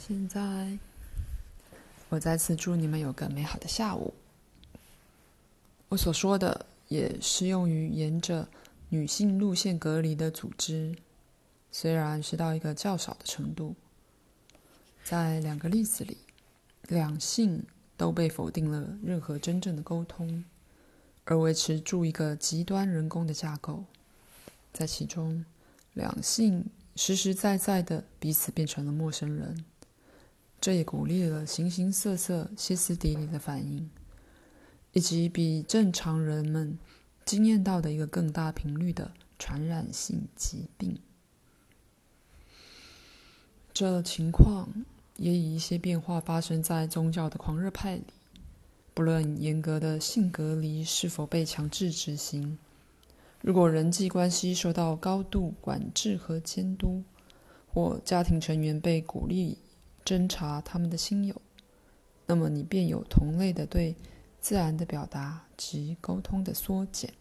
现在，我再次祝你们有个美好的下午。我所说的也适用于沿着女性路线隔离的组织，虽然是到一个较少的程度。在两个例子里，两性都被否定了任何真正的沟通，而维持住一个极端人工的架构。在其中，两性实实在在的彼此变成了陌生人，这也鼓励了形形色色、歇斯底里的反应，以及比正常人们经验到的一个更大频率的传染性疾病。这情况也以一些变化发生在宗教的狂热派里，不论严格的性隔离是否被强制执行，如果人际关系受到高度管制和监督，或家庭成员被鼓励侦查他们的亲友，那么你便有同类的对自然的表达及沟通的缩减。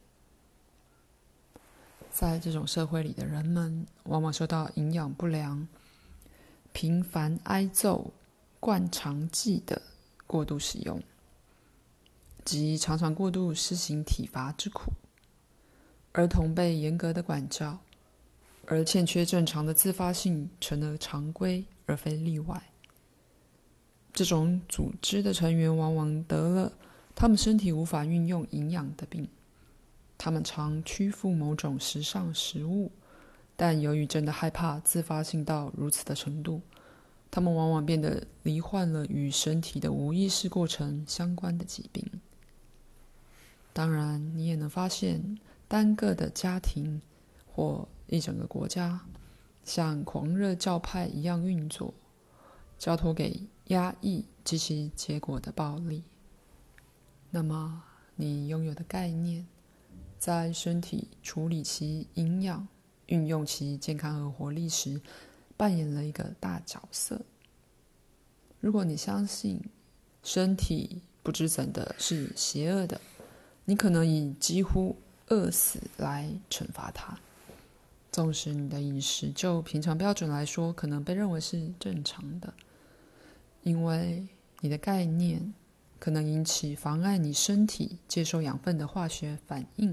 在这种社会里的人们往往受到营养不良、频繁挨揍、灌肠剂的过度使用，及常常过度施行体罚之苦。儿童被严格的管教，而欠缺正常的自发性成了常规而非例外。这种组织的成员往往得了他们身体无法运用营养的病，他们常屈服某种时尚食物，但由于真的害怕自发性到如此的程度，他们往往变得罹患了与身体的无意识过程相关的疾病。当然，你也能发现单个的家庭或一整个国家像狂热教派一样运作，交托给压抑及其结果的暴力。那么你拥有的概念在身体处理其营养、运用其健康和活力时扮演了一个大角色。如果你相信身体不知怎的是邪恶的，你可能以几乎饿死来惩罚它，纵使你的饮食就平常标准来说可能被认为是正常的，因为你的概念可能引起妨碍你身体接受养分的化学反应。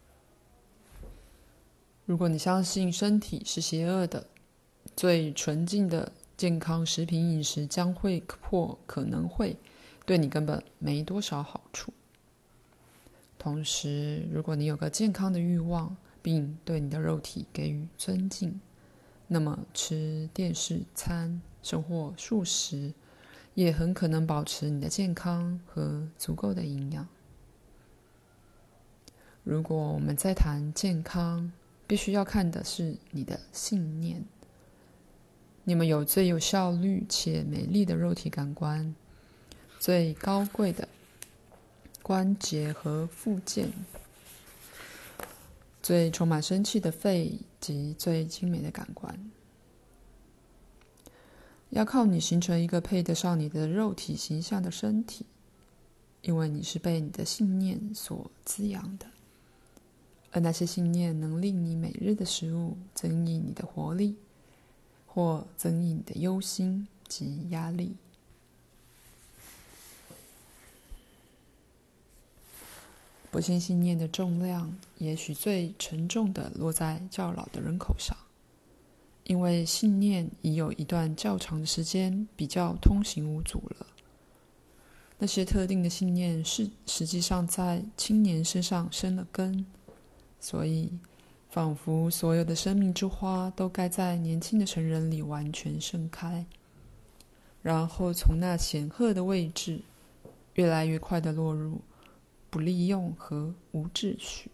如果你相信身体是邪恶的，最纯净的健康食品饮食将会或可能会对你根本没多少好处。同时，如果你有个健康的欲望，并对你的肉体给予尊敬，那么吃电视餐、生活素食也很可能保持你的健康和足够的营养。如果我们在谈健康，必须要看的是你的信念。你们有最有效率且美丽的肉体感官，最高贵的关节和附件，最充满生气的肺及最精美的感官。要靠你形成一个配得上你的肉体形象的身体，因为你是被你的信念所滋养的，而那些信念能令你每日的食物增益你的活力，或增益你的忧心及压力。不幸信念的重量也许最沉重地落在较老的人口上，因为信念已有一段较长的时间比较通行无阻了。那些特定的信念是实际上在青年身上生了根，所以仿佛所有的生命之花都该在年轻的成人里完全盛开，然后从那显赫的位置越来越快地落入不利用和无秩序。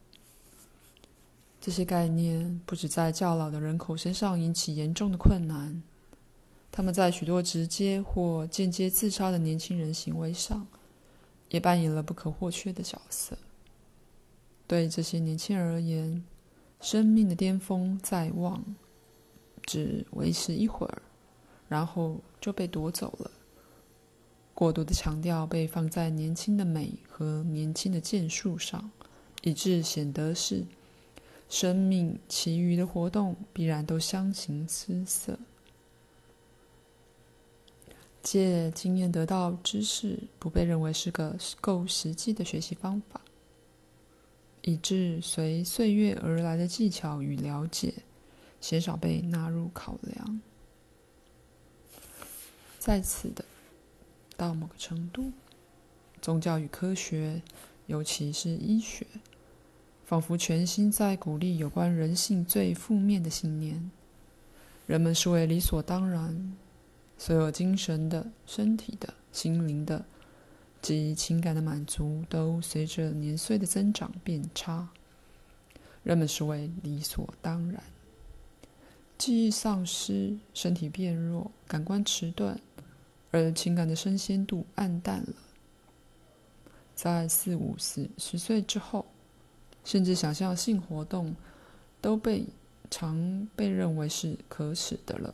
这些概念不只在较老的人口身上引起严重的困难，他们在许多直接或间接自杀的年轻人行为上也扮演了不可或缺的角色。对这些年轻人而言，生命的巅峰在望，只维持一会儿，然后就被夺走了。过度的强调被放在年轻的美和年轻的建树上，以致显得是生命其余的活动必然都相形失色。 借经验得到知识不被认为是个够实际的学习方法，以致随岁月而来的技巧与了解鲜少被纳入考量。再次的，到某个程度，宗教与科学，尤其是医学，仿佛全心在鼓励有关人性最负面的信念。人们视为理所当然，所有精神的、身体的、心灵的及情感的满足都随着年岁的增长变差。人们视为理所当然。记忆丧失，身体变弱，感官迟钝，而情感的新鲜度暗淡了。在40、50岁之后，甚至想象性活动都常被认为是可耻的了。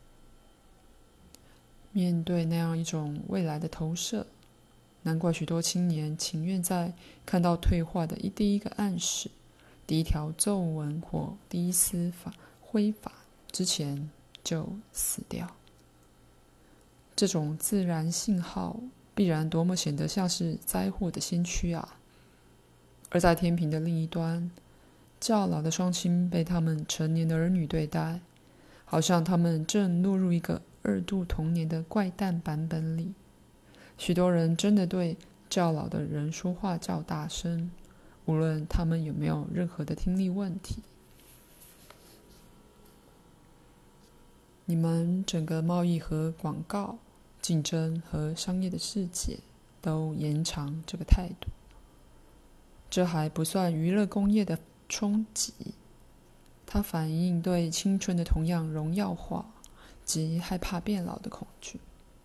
面对那样一种未来的投射，难怪许多青年情愿在看到退化的第一个暗示、第一条皱纹或第一丝灰发之前就死掉。这种自然信号必然多么显得像是灾祸的先驱啊！而在天平的另一端，较老的双亲被他们成年的儿女对待，好像他们正落入一个2度童年的怪诞版本里。许多人真的对较老的人说话较大声，无论他们有没有任何的听力问题。你们整个贸易和广告、竞争和商业的世界都延长这个态度。这还不算娱乐工业的冲击，它反映对青春的同样荣耀化及害怕变老的恐惧。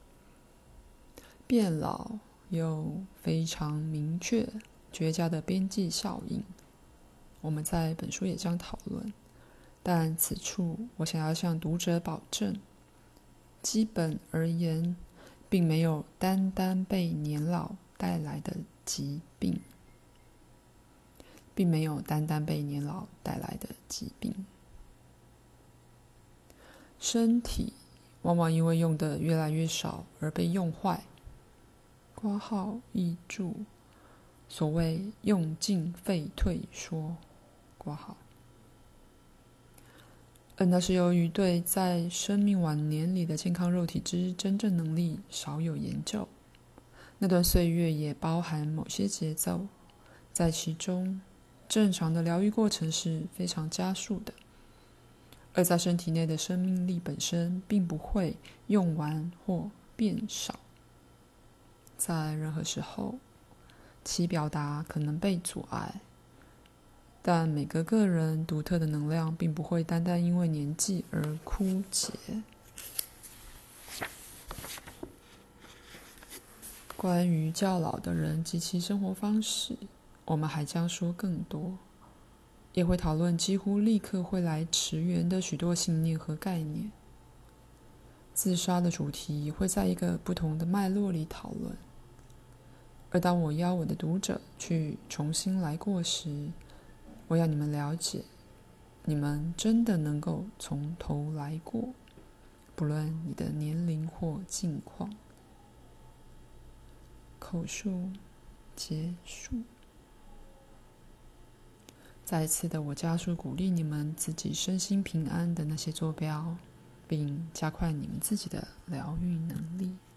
变老有非常明确、绝佳的边际效应，我们在本书也将讨论。但此处我想要向读者保证，基本而言，并没有单单被年老带来的疾病。并没有单单被年老带来的疾病。身体往往因为用的越来越少而被用坏。括号译注，所谓用进废退说，括号。而那是由于对在生命晚年里的健康肉体之真正能力少有研究。那段岁月也包含某些节奏，在其中正常的疗愈过程是非常加速的，而在身体内的生命力本身并不会用完或变少。在任何时候，其表达可能被阻碍，但每个个人独特的能量并不会单单因为年纪而枯竭。关于较老的人及其生活方式，我们还将说更多，也会讨论几乎立刻会来驰援的许多信念和概念。自杀的主题会在一个不同的脉络里讨论。而当我邀我的读者去重新来过时，我要你们了解，你们真的能够从头来过，不论你的年龄或境况。口述结束。再次的，我加速鼓励你们自己身心平安的那些坐标，并加快你们自己的疗愈能力。